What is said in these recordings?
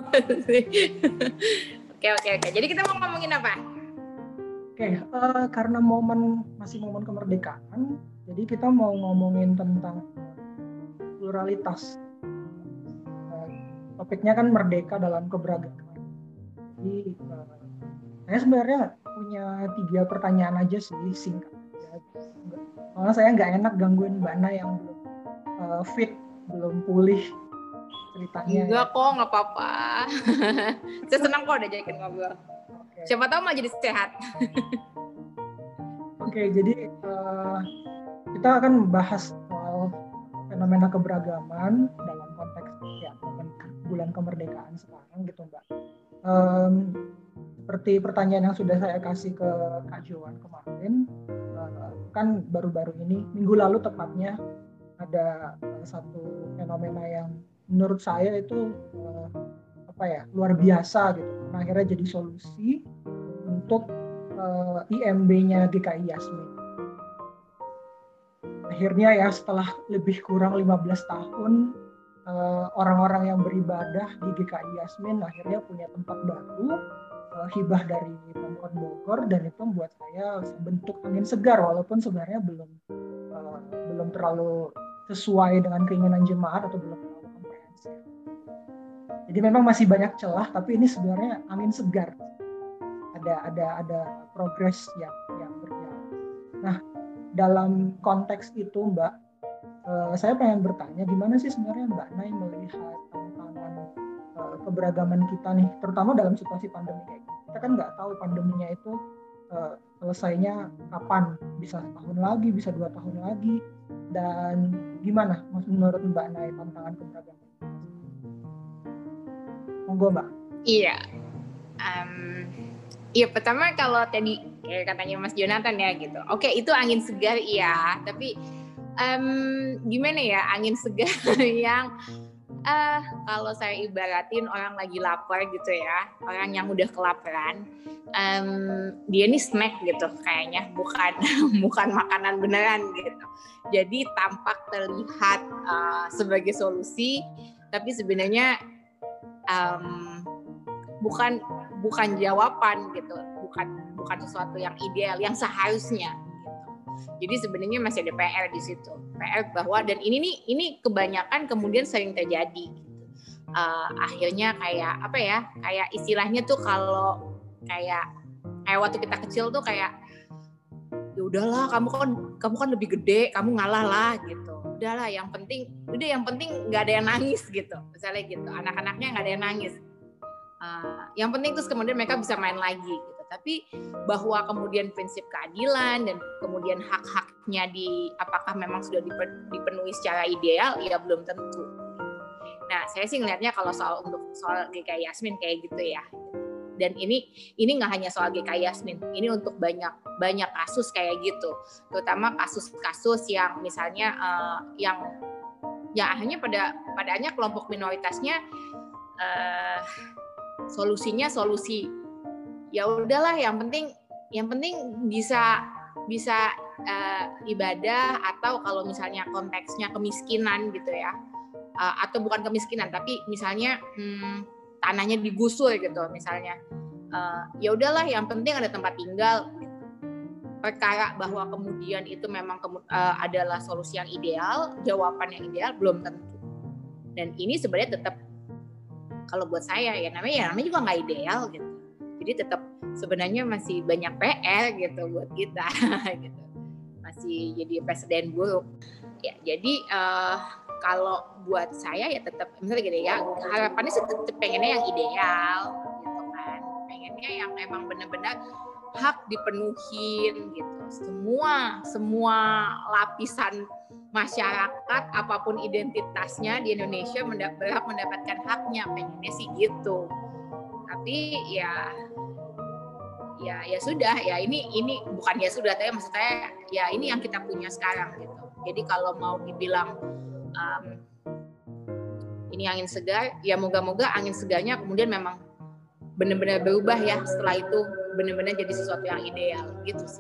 Oke. Jadi kita mau ngomongin apa? Karena masih momen kemerdekaan, jadi kita mau ngomongin tentang pluralitas. Topiknya kan merdeka dalam keberagaman. Jadi saya sebenarnya punya 3 pertanyaan aja sih, singkat aja. Soalnya saya nggak enak gangguin Mbak Na yang belum fit, belum pulih ceritanya. Enggak kok, nggak apa-apa. Saya senang kok udah jakin ngobrol. Siapa tahu mau jadi sehat. Jadi kita akan bahas soal fenomena keberagaman dalam konteks bulan kemerdekaan sekarang gitu Mbak. Seperti pertanyaan yang sudah saya kasih ke Kak Joan kemarin, kan baru-baru ini, minggu lalu tepatnya, ada satu fenomena yang menurut saya itu luar biasa gitu. Nah, akhirnya jadi solusi untuk IMB-nya GKI Yasmin. Akhirnya ya setelah lebih kurang 15 tahun orang-orang yang beribadah di GKI Yasmin akhirnya punya tempat baru, hibah dari Pemkot Bogor, dan itu membuat saya bentuk angin segar walaupun sebenarnya belum terlalu sesuai dengan keinginan jemaat atau belum terlalu komprehensif. Jadi memang masih banyak celah, tapi ini sebenarnya angin segar. Ada progres yang berjalan. Nah, dalam konteks itu Mbak, saya pengen bertanya gimana sih sebenarnya Mbak Nay melihat tantangan keberagaman kita nih, terutama dalam situasi pandemi kayak gini. Kita kan nggak tahu pandeminya itu selesainya kapan, bisa setahun lagi, bisa 2 tahun lagi, dan gimana menurut Mbak Nay tantangan keberagaman? Monggo Mbak. Iya. Iya, pertama kalau tadi kayak katanya Mas Jonathan ya gitu. Oke, itu angin segar iya, tapi gimana ya, angin segar yang kalau saya ibaratin orang lagi lapar gitu ya, orang yang udah kelaparan, dia nih snack gitu kayaknya, bukan makanan beneran gitu. Jadi tampak terlihat sebagai solusi, tapi sebenarnya bukan jawaban gitu, bukan sesuatu yang ideal, yang seharusnya gitu. Jadi sebenarnya masih ada PR di situ, PR bahwa, dan ini kebanyakan kemudian sering terjadi gitu. Akhirnya kayak istilahnya tuh kalau kayak waktu kita kecil tuh kayak ya udahlah, kamu kan lebih gede, kamu ngalah lah gitu. Udahlah, yang penting nggak ada yang nangis gitu, misalnya gitu, anak-anaknya nggak ada yang nangis. Yang penting terus kemudian mereka bisa main lagi gitu. Tapi bahwa kemudian prinsip keadilan dan kemudian hak-haknya apakah memang sudah dipenuhi secara ideal, ya belum tentu. Nah, saya sih ngelihatnya kalau soal GKI Yasmin kayak gitu ya. Dan ini nggak hanya soal GKI Yasmin, ini untuk banyak kasus kayak gitu, terutama kasus-kasus yang misalnya yang ya hanya pada kelompok minoritasnya. Solusinya solusi ya udahlah, yang penting bisa ibadah, atau kalau misalnya konteksnya kemiskinan gitu ya, atau bukan kemiskinan tapi misalnya tanahnya digusur gitu misalnya, ya udahlah yang penting ada tempat tinggal gitu. Perkara bahwa kemudian itu memang adalah solusi yang ideal, jawaban yang ideal, belum tentu. Dan ini sebenarnya tetap, kalau buat saya ya namanya juga nggak ideal gitu. Jadi tetap sebenarnya masih banyak PR gitu buat kita gitu. Masih jadi presiden buruk. Ya, jadi kalau buat saya ya tetap misalnya gini ya, harapannya sih tetap pengennya yang ideal gitu kan. Pengennya yang emang benar-benar hak dipenuhin gitu. Semua lapisan masyarakat apapun identitasnya di Indonesia berhak mendapatkan haknya, pengennya sih gitu. Tapi ya sudah ya, ini bukan ya sudah, tapi maksud saya ya ini yang kita punya sekarang gitu. Jadi kalau mau dibilang ini angin segar, ya moga-moga angin segarnya kemudian memang benar-benar berubah ya, setelah itu benar-benar jadi sesuatu yang ideal gitu sih.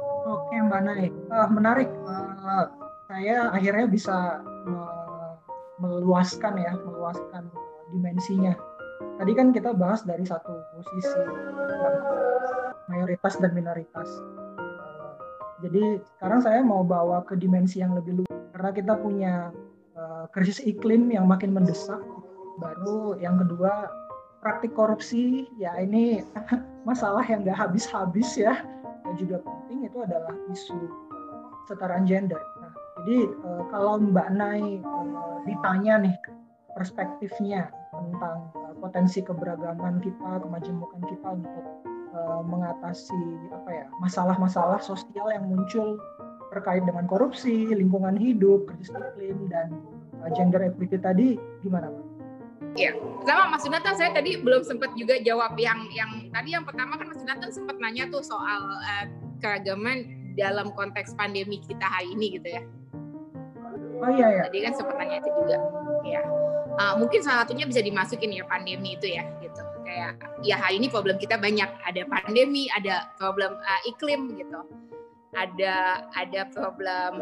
Oke Mbak Nay, menarik. Saya akhirnya bisa meluaskan dimensinya. Tadi kan kita bahas dari satu posisi mayoritas dan minoritas. Jadi sekarang saya mau bawa ke dimensi yang lebih luas karena kita punya krisis iklim yang makin mendesak. Baru yang kedua, praktik korupsi, ya ini masalah yang nggak habis-habis ya. Yang juga penting itu adalah isu kesetaraan gender. Nah, jadi kalau Mbak Nay ditanya nih perspektifnya tentang potensi keberagaman kita, kemajemukan kita untuk mengatasi masalah-masalah sosial yang muncul terkait dengan korupsi, lingkungan hidup, krisis iklim, dan gender equity tadi, gimana Pak? Ya, pertama Mas Jonathan, saya tadi belum sempat juga jawab yang tadi yang pertama kan Mas Jonathan sempat nanya tuh soal keragaman dalam konteks pandemi kita hari ini gitu ya. Oh iya. Tadi kan sempat nanya itu juga. Ya, mungkin salah satunya bisa dimasukin ya pandemi itu ya gitu. Kayak ya hari ini problem kita banyak, ada pandemi, ada problem iklim gitu. Ada problem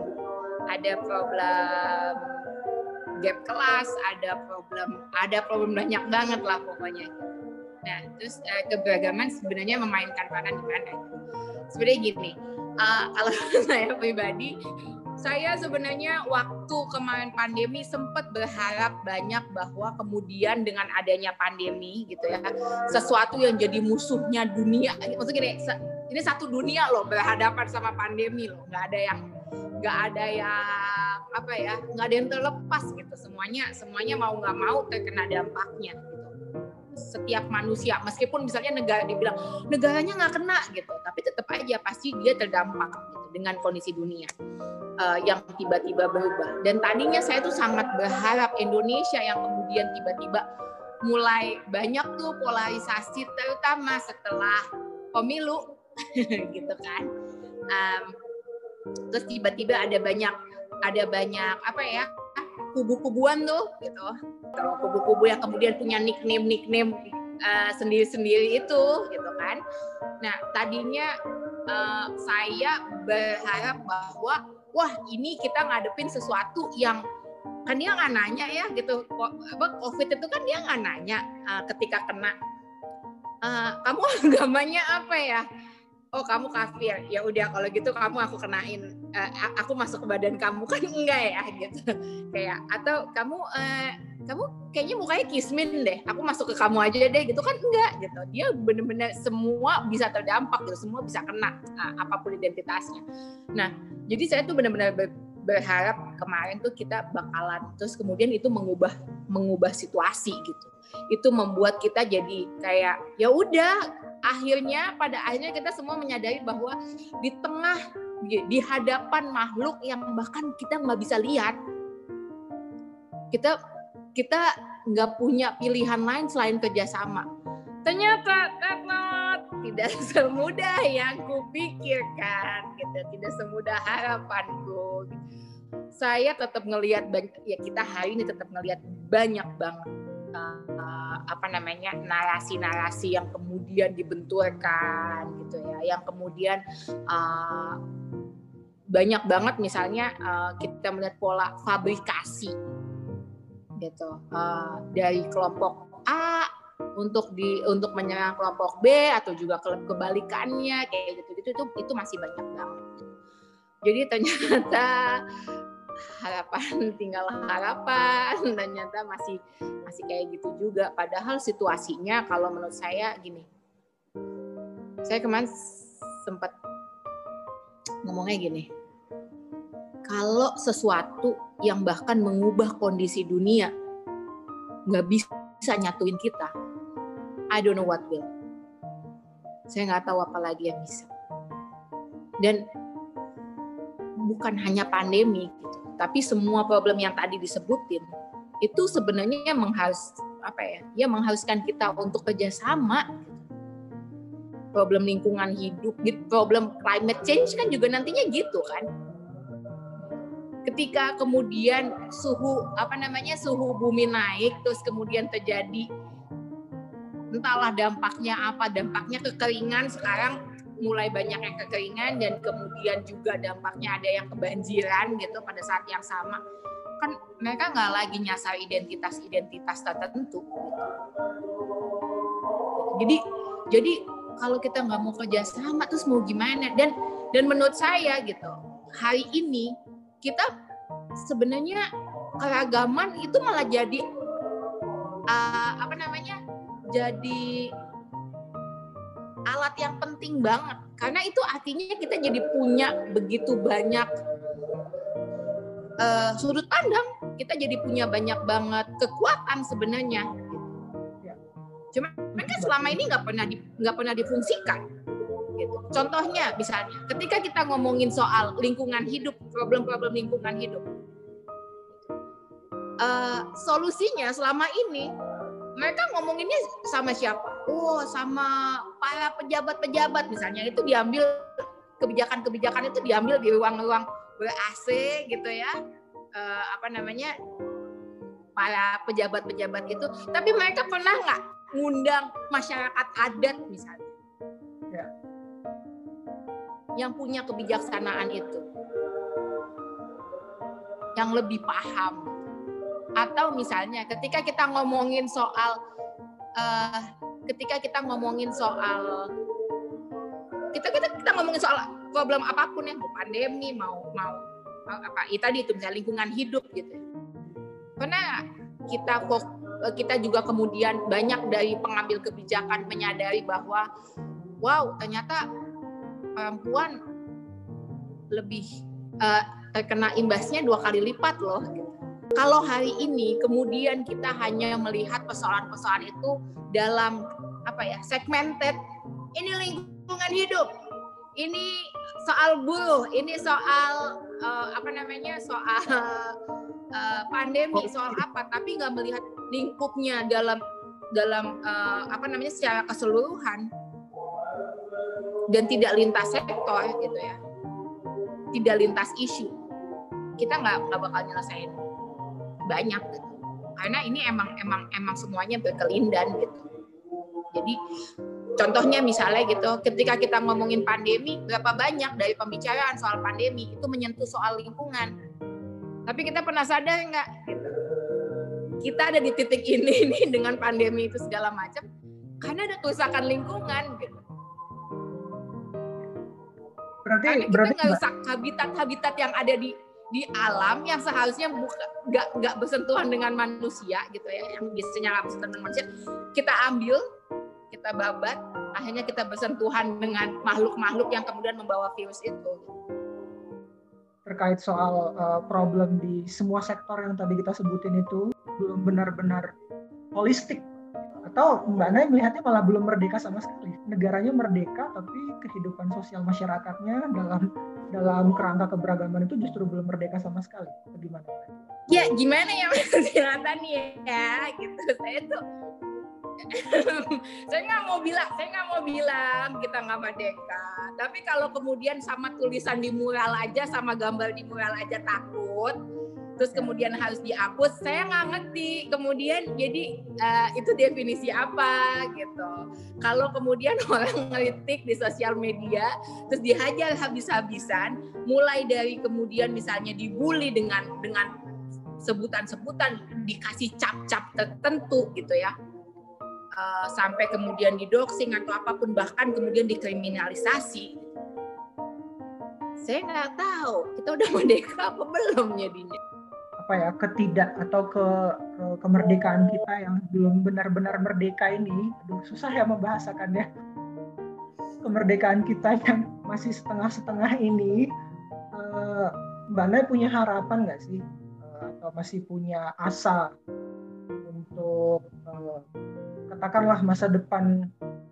gap kelas, ada problem banyak banget lah pokoknya. Nah, terus keberagaman sebenarnya memainkan peranan di mana? Sebenarnya gini, kalau saya pribadi, saya sebenarnya waktu kemarin pandemi sempat berharap banyak bahwa kemudian dengan adanya pandemi gitu ya, sesuatu yang jadi musuhnya dunia, maksudnya gini, ini satu dunia loh berhadapan sama pandemi loh, nggak ada yang terlepas gitu, semuanya mau nggak mau terkena dampaknya gitu. Setiap manusia, meskipun misalnya negara dibilang negaranya nggak kena gitu, tapi tetap aja pasti dia terdampak gitu dengan kondisi dunia yang tiba-tiba berubah. Dan tadinya saya tuh sangat berharap Indonesia yang kemudian tiba-tiba mulai banyak tuh polarisasi, terutama setelah pemilu gitu kan. Terus tiba-tiba ada banyak kubu-kubuan tuh gitu. Kalau kubu-kubu yang kemudian punya nickname sendiri-sendiri itu gitu kan. Nah, tadinya saya berharap bahwa wah, ini kita ngadepin sesuatu yang kan dia nggak nanya ya gitu. COVID itu kan dia nggak nanya ketika kena kamu agamanya apa ya? Oh, kamu kafir. Ya udah kalau gitu aku kenain, aku masuk ke badan kamu, kan enggak ya gitu. Kayak atau kamu kayaknya mukanya kismin deh. Aku masuk ke kamu aja deh gitu, kan enggak gitu. Dia benar-benar semua bisa terdampak gitu, semua bisa kena apapun identitasnya. Nah, jadi saya tuh benar-benar berharap kemarin tuh kita bakalan terus kemudian itu mengubah situasi gitu. Itu membuat kita jadi kayak ya udah, pada akhirnya kita semua menyadari bahwa di hadapan makhluk yang bahkan kita nggak bisa lihat, kita nggak punya pilihan lain selain kerjasama. Ternyata tidak semudah yang kupikirkan, gitu. Tidak semudah harapanku. Saya tetap ngelihat kita hari ini tetap ngelihat banyak banget narasi-narasi yang kemudian dibenturkan gitu ya, yang kemudian banyak banget misalnya kita melihat pola fabrikasi gitu dari kelompok A untuk menyerang kelompok B atau juga kebalikannya kayak gitu itu masih banyak banget. Jadi ternyata tinggal harapan ternyata masih kayak gitu juga, padahal situasinya kalau menurut saya gini, saya kemarin sempat ngomongnya gini, kalau sesuatu yang bahkan mengubah kondisi dunia nggak bisa nyatuin kita, I don't know what will. Saya nggak tahu apa lagi yang bisa. Dan bukan hanya pandemi gitu, tapi semua problem yang tadi disebutin itu sebenarnya mengharuskan kita untuk kerjasama. Problem lingkungan hidup, problem climate change kan juga nantinya gitu kan. Ketika kemudian suhu bumi naik, terus kemudian terjadi entahlah dampaknya kekeringan, sekarang mulai banyak yang kekeringan, dan kemudian juga dampaknya ada yang kebanjiran gitu pada saat yang sama. kan mereka nggak lagi nyasar identitas tertentu. Jadi kalau kita nggak mau kerja sama terus mau gimana? Dan menurut saya gitu, hari ini kita sebenarnya keragaman itu malah jadi jadi alat yang penting banget, karena itu artinya kita jadi punya begitu banyak sudut pandang, kita jadi punya banyak banget kekuatan sebenarnya. Cuma kan selama ini nggak pernah difungsikan. Gitu. Contohnya misalnya, ketika kita ngomongin soal lingkungan hidup, problem-problem lingkungan hidup, solusinya selama ini mereka ngomonginnya sama siapa? Sama para pejabat-pejabat misalnya, itu diambil kebijakan-kebijakan itu diambil di ruang-ruang ber-AC gitu ya, para pejabat-pejabat itu. Tapi mereka pernah nggak ngundang masyarakat adat misalnya, yang punya kebijaksanaan itu, yang lebih paham? Atau misalnya ketika kita ngomongin soal kita ngomongin soal problem apapun ya, mau pandemi, mau apa tadi itu misalnya lingkungan hidup gitu. Karena kita juga kemudian banyak dari pengambil kebijakan menyadari bahwa ternyata perempuan lebih terkena imbasnya 2 kali lipat loh. Kalau hari ini kemudian kita hanya melihat persoalan-persoalan itu dalam segmented, ini lingkungan hidup, ini soal buruh, ini soal soal pandemi, soal apa, tapi nggak melihat lingkupnya dalam secara keseluruhan, dan tidak lintas sektor gitu ya, tidak lintas isu, kita nggak bakal nyelesain banyak gitu. Karena ini emang semuanya berkelindan gitu. Jadi contohnya misalnya gitu, ketika kita ngomongin pandemi, berapa banyak dari pembicaraan soal pandemi itu menyentuh soal lingkungan. Tapi kita pernah sadar nggak? Gitu. Kita ada di titik ini nih dengan pandemi itu segala macam karena ada kerusakan lingkungan gitu. Berarti kita nggak rusak habitat yang ada di alam yang seharusnya nggak bersentuhan dengan manusia gitu ya, yang biasanya nggak bersentuhan dengan manusia, kita ambil, kita babat, akhirnya kita bersentuhan dengan makhluk-makhluk yang kemudian membawa virus itu. Terkait soal problem di semua sektor yang tadi kita sebutin itu belum benar-benar holistik, atau Mbak Nay melihatnya malah belum merdeka sama sekali. Negaranya merdeka tapi kehidupan sosial masyarakatnya dalam kerangka keberagaman itu justru belum merdeka sama sekali. Bagaimana? Ya gimana ya Mas Jonathan ya gitu. Saya nggak mau bilang kita nggak merdeka. Tapi kalau kemudian sama tulisan di mural aja, sama gambar di mural aja takut, terus kemudian harus dihapus, saya nggak ngerti kemudian jadi itu definisi apa gitu. Kalau kemudian orang ngeritik di sosial media terus dihajar habis-habisan, mulai dari kemudian misalnya dibully dengan sebutan-sebutan, dikasih cap-cap tertentu gitu ya, sampai kemudian didoxing atau apapun, bahkan kemudian dikriminalisasi. Saya nggak tahu kita udah merdeka apa belum jadinya. Kemerdekaan kita yang belum benar-benar merdeka ini, susah ya membahasakannya. Kemerdekaan kita yang masih setengah-setengah ini, Mbak Nay punya harapan nggak sih, atau masih punya asa untuk katakanlah masa depan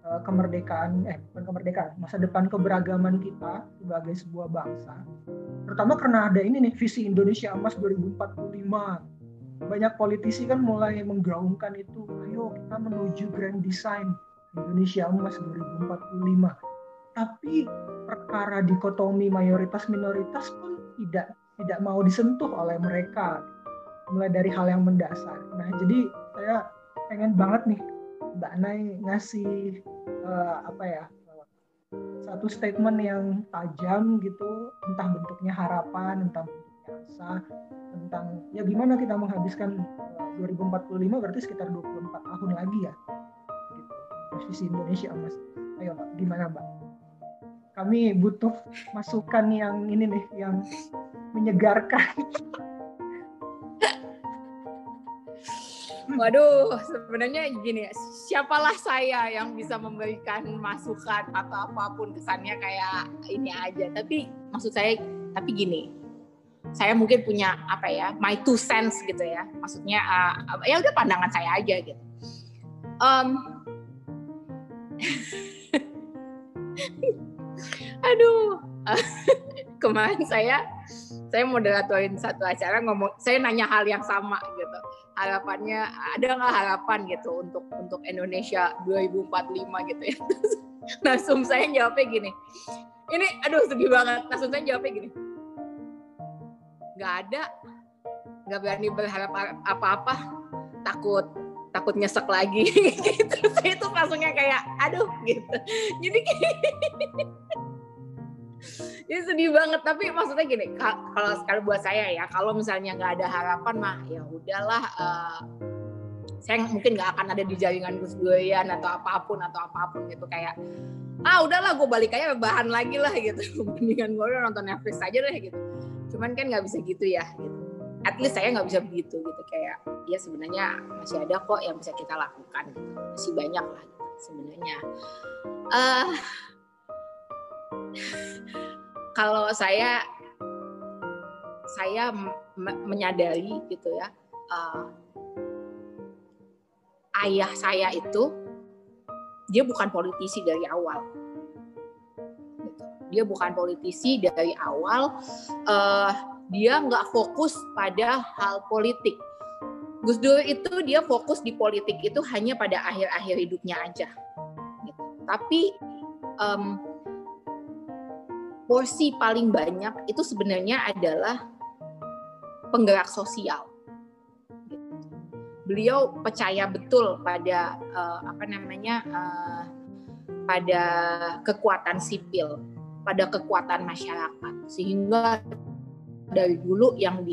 masa depan keberagaman kita sebagai sebuah bangsa, terutama karena ada ini nih, visi Indonesia Emas 2045. Banyak politisi kan mulai menggaungkan itu, ayo kita menuju grand design Indonesia Emas 2045. Tapi perkara dikotomi mayoritas minoritas pun tidak mau disentuh oleh mereka, mulai dari hal yang mendasar. Nah, jadi saya pengen banget nih Mbak Nay ngasih satu statement yang tajam gitu, entah bentuknya harapan, entah bentuknya rekayasa tentang ya gimana kita menghabiskan 2045 berarti sekitar 24 tahun lagi ya. Gitu. Visi Indonesia Mas. Ayo Mbak, gimana Mbak? Kami butuh masukan yang ini nih, yang menyegarkan. Waduh, sebenarnya gini, siapalah saya yang bisa memberikan masukan atau apapun, kesannya kayak ini aja. Tapi maksud saya, tapi gini, saya mungkin punya apa ya, my two cents gitu ya. Maksudnya ya udah pandangan saya aja gitu. Aduh, kemarin saya moderatorin satu acara saya nanya hal yang sama gitu. Harapannya, ada nggak harapan gitu untuk Indonesia 2045 gitu ya. Terus langsung saya jawabnya gini. Ini aduh sedih banget. Langsung saya jawabnya gini. Nggak ada. Nggak berani berharap apa-apa. Takut nyesek lagi gitu. Saya tuh langsungnya kayak aduh gitu. Jadi sedih banget, tapi maksudnya gini, kalau buat saya ya, kalau misalnya nggak ada harapan mah ya udahlah, saya mungkin nggak akan ada di jaringan Gus Durian atau apapun gitu, kayak udahlah gue balik aja bahan lagi lah gitu, mendingan gue nonton Netflix aja deh gitu. Cuman kan nggak bisa gitu ya, gitu. At least saya nggak bisa begitu gitu, kayak ya sebenarnya masih ada kok yang bisa kita lakukan gitu, masih banyak lah gitu, sebenarnya. Kalau saya menyadari gitu ya, ayah saya itu dia bukan politisi dari awal. Dia bukan politisi dari awal. Dia nggak fokus pada hal politik. Gus Dur itu dia fokus di politik itu hanya pada akhir-akhir hidupnya aja. Gitu. Tapi porsi paling banyak itu sebenarnya adalah penggerak sosial. Beliau percaya betul pada pada kekuatan sipil, pada kekuatan masyarakat, sehingga dari dulu yang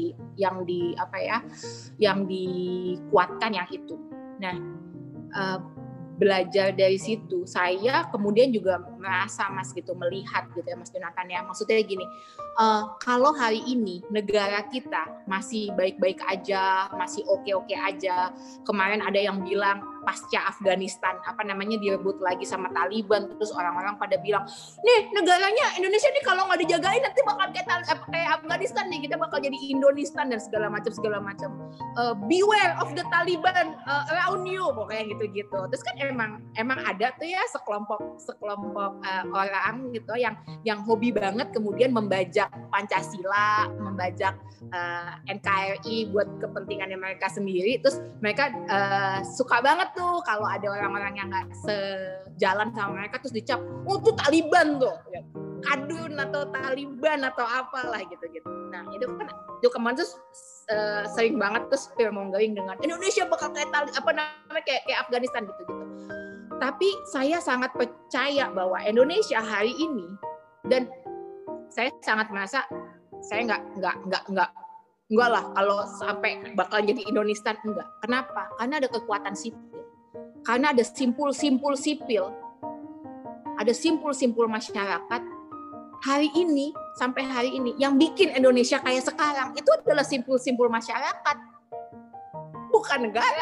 dikuatkan yang itu. Nah, belajar dari situ, saya kemudian juga merasa melihat gitu ya Mas Jonathan ya, maksudnya gini, kalau hari ini negara kita masih baik-baik aja, masih oke-oke aja, kemarin ada yang bilang pasca Afghanistan direbut lagi sama Taliban, terus orang-orang pada bilang, nih negaranya Indonesia nih kalau nggak dijagain nanti bakal kayak Afghanistan nih, kita bakal jadi Indonistan dan segala macam. Beware of the Taliban around you, pokoknya gitu-gitu. Terus kan emang ada tuh ya sekelompok orang gitu yang hobi banget kemudian membajak Pancasila, membajak NKRI buat kepentingannya mereka sendiri. Terus mereka suka banget tuh kalau ada orang-orang yang nggak sejalan sama mereka terus dicap, oh tuh Taliban tuh, kadun atau Taliban atau apalah gitu-gitu. Nah itu kemarin tuh sering banget tuh fear mongering dengan Indonesia bakal kayak kayak Afghanistan gitu-gitu. Tapi saya sangat percaya bahwa Indonesia hari ini, dan saya sangat merasa saya enggak lah kalau sampai bakal jadi Indonistan, enggak. Kenapa? Karena ada kekuatan sipil. Karena ada simpul-simpul sipil. Ada simpul-simpul masyarakat hari ini sampai hari ini yang bikin Indonesia kayak sekarang itu adalah simpul-simpul masyarakat. Bukan negara.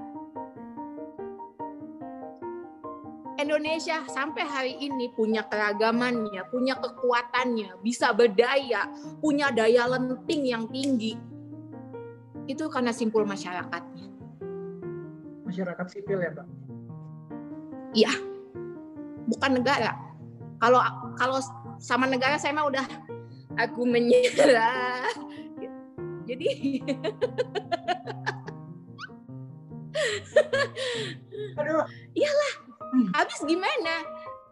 Indonesia sampai hari ini punya keragamannya, punya kekuatannya, bisa berdaya, punya daya lenting yang tinggi. Itu karena simpul masyarakatnya. Masyarakat sipil ya, Mbak? Iya, bukan negara. Kalau sama negara saya mah udah aku menyerah. Jadi aduh, iyalah. Habis gimana?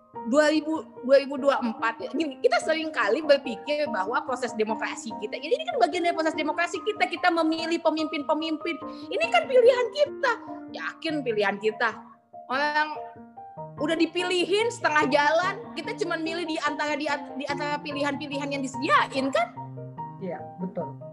2024 kita sering kali berpikir bahwa proses demokrasi kita ini kan bagian dari proses demokrasi kita memilih pemimpin-pemimpin, ini kan pilihan kita. Yakin pilihan kita, orang udah dipilihin setengah jalan, kita cuma milih di antara pilihan-pilihan yang disediain kan? Iya, betul.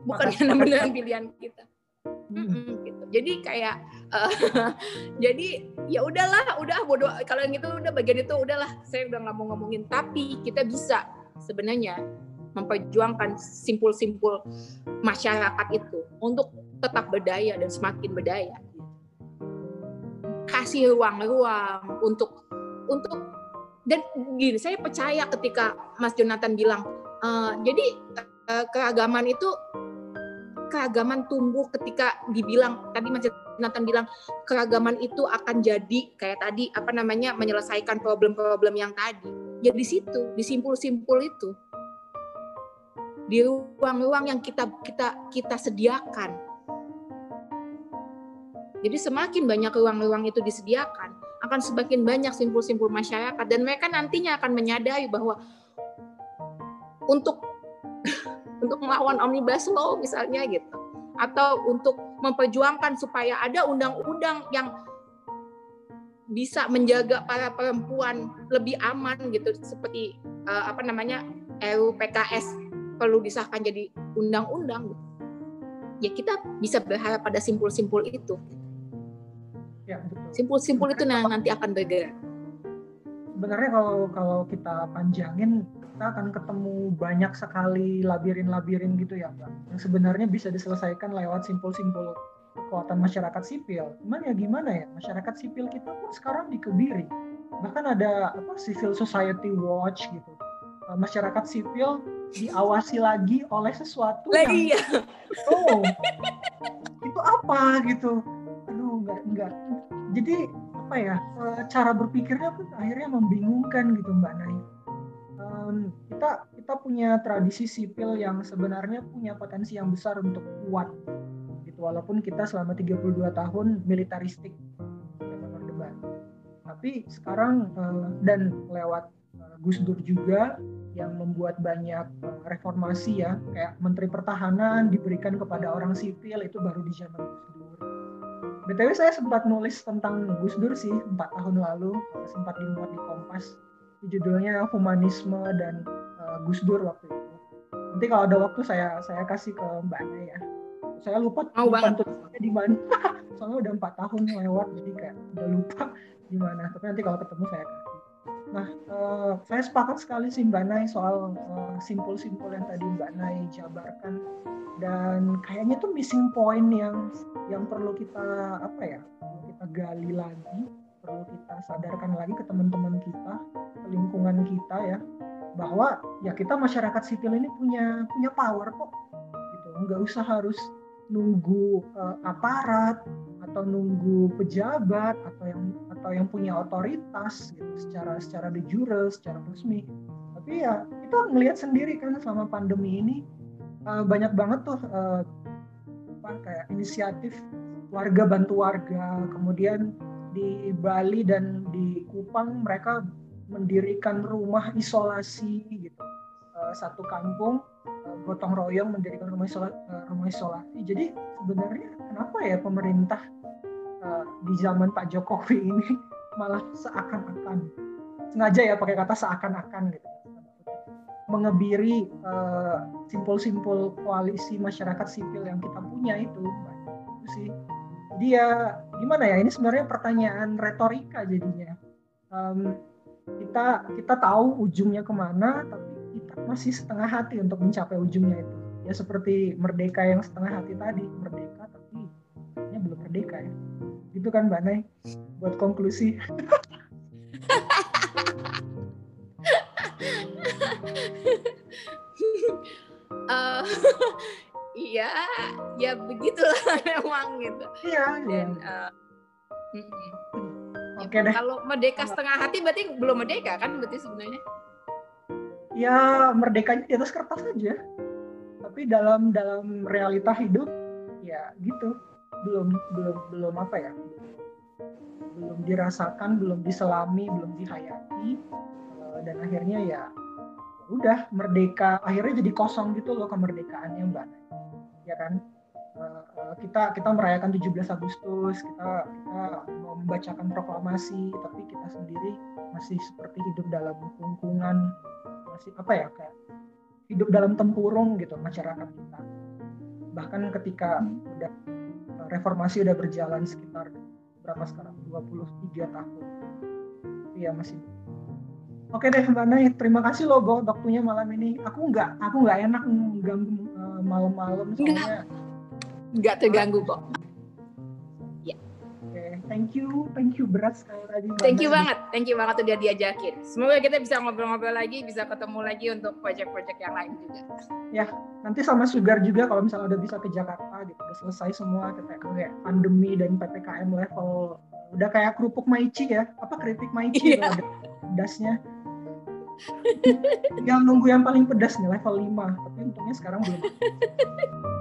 bukan karena beneran pilihan kita. Gitu. Jadi kayak jadi ya udahlah, udah bodoh kalau yang itu udah bagian itu udahlah, saya udah nggak mau ngomongin. Tapi kita bisa sebenarnya memperjuangkan simpul-simpul masyarakat itu untuk tetap berdaya dan semakin berdaya. Kasih ruang-ruang untuk dan gini, saya percaya ketika Mas Jonathan bilang jadi keragaman tumbuh ketika dibilang tadi Mas Jonathan bilang keragaman itu akan jadi kayak tadi menyelesaikan problem-problem yang tadi. Ya di situ, di simpul-simpul itu, di ruang-ruang yang kita sediakan. Jadi semakin banyak ruang-ruang itu disediakan, akan semakin banyak simpul-simpul masyarakat, dan mereka nantinya akan menyadari bahwa untuk melawan Omnibus Law misalnya gitu, atau untuk memperjuangkan supaya ada undang-undang yang bisa menjaga para perempuan lebih aman gitu, seperti RUU PKS perlu disahkan jadi undang-undang gitu. Ya kita bisa berharap pada simpul-simpul itu. Ya, betul. Simpul-simpul itu nanti akan bergerak. Sebenarnya kalau kita panjangin, kita akan ketemu banyak sekali labirin-labirin gitu ya, Mbak, yang sebenarnya bisa diselesaikan lewat simpul-simpul kekuatan masyarakat sipil. Cuman ya gimana ya, masyarakat sipil kita pun sekarang dikebiri. Bahkan ada Civil Society Watch gitu. Masyarakat sipil diawasi lagi oleh sesuatu yang itu apa gitu. Aduh, enggak. Jadi cara berpikirnya pun akhirnya membingungkan gitu, Mbak Nay. Kita punya tradisi sipil yang sebenarnya punya potensi yang besar untuk kuat gitu, walaupun kita selama 32 tahun militaristik zaman Orde Baru. Tapi sekarang dan lewat Gus Dur juga yang membuat banyak reformasi ya, kayak Menteri Pertahanan diberikan kepada orang sipil, itu baru di zaman Gus Dur. BTW saya sempat nulis tentang Gus Dur sih 4 tahun lalu, sempat dimuat di Kompas. Judulnya Humanisme dan Gus Dur waktu itu. Nanti kalau ada waktu saya kasih ke Mbak Ana ya. Saya lupa tulisannya di mana. Soalnya udah 4 tahun lewat, jadi kayak udah lupa di mana. Tapi nanti kalau ketemu saya kasih. Nah, saya sepakat sekali sih Mbak Nay soal simpul-simpul yang tadi Mbak Nay jabarkan, dan kayaknya tuh missing point yang perlu kita kita gali lagi, perlu kita sadarkan lagi ke teman-teman kita, ke lingkungan kita ya, bahwa ya kita masyarakat sipil ini punya power kok gitu. Nggak usah harus nunggu aparat atau nunggu pejabat atau yang punya otoritas gitu, secara de jure, secara resmi. Tapi ya itu ngelihat sendiri kan selama pandemi ini banyak banget tuh kayak inisiatif warga bantu warga. Kemudian di Bali dan di Kupang mereka mendirikan rumah isolasi gitu. Satu kampung gotong royong mendirikan rumah isolasi. Jadi sebenarnya kenapa ya pemerintah di zaman Pak Jokowi ini malah seakan-akan, sengaja ya pakai kata seakan-akan gitu, mengebiri simpul-simpul koalisi masyarakat sipil yang kita punya itu sih. Jadi ya gimana ya, ini sebenarnya pertanyaan retorika jadinya. Kita tahu ujungnya kemana, tapi kita masih setengah hati untuk mencapai ujungnya itu. Ya seperti merdeka yang setengah hati tadi, merdeka tapi ini belum merdeka ya. Gitu kan Mbak Nay, buat konklusi. Iya, ya begitulah memang gitu. Iya. Dan Oke deh. Kalau merdeka setengah hati berarti belum merdeka kan berarti sebenarnya? Ya merdekanya di atas kertas saja, tapi dalam realita hidup ya gitu, belum belum dirasakan, belum diselami, belum dihayati, dan akhirnya ya udah merdeka akhirnya jadi kosong gitu loh kemerdekaannya Mbak, ya kan? Kita merayakan 17 Agustus, kita membacakan proklamasi, tapi kita sendiri masih seperti hidup dalam lingkungan, masih kayak hidup dalam tempurung gitu masyarakat kita. bahkan ketika udah reformasi udah berjalan sekitar berapa sekarang 23 tahun. Iya masih. Oke deh Mbak Nay, terima kasih loh buat waktunya malam ini. Aku nggak enak ganggu malam-malam soalnya. Nggak terganggu kok. Ya. Oke, thank you berat sekali lagi. Thank you banget udah diajakin. Semoga kita bisa ngobrol-ngobrol lagi, bisa ketemu lagi untuk proyek-proyek yang lain juga. Ya, nanti sama Sugar juga kalau misalnya udah bisa ke Jakarta gitu, udah selesai semua kayak pandemi dan PPKM level udah kayak kerupuk Maici ya, apa keripik Maici ada pedasnya. Tinggal nunggu yang paling pedas nih level 5, tapi untungnya sekarang belum.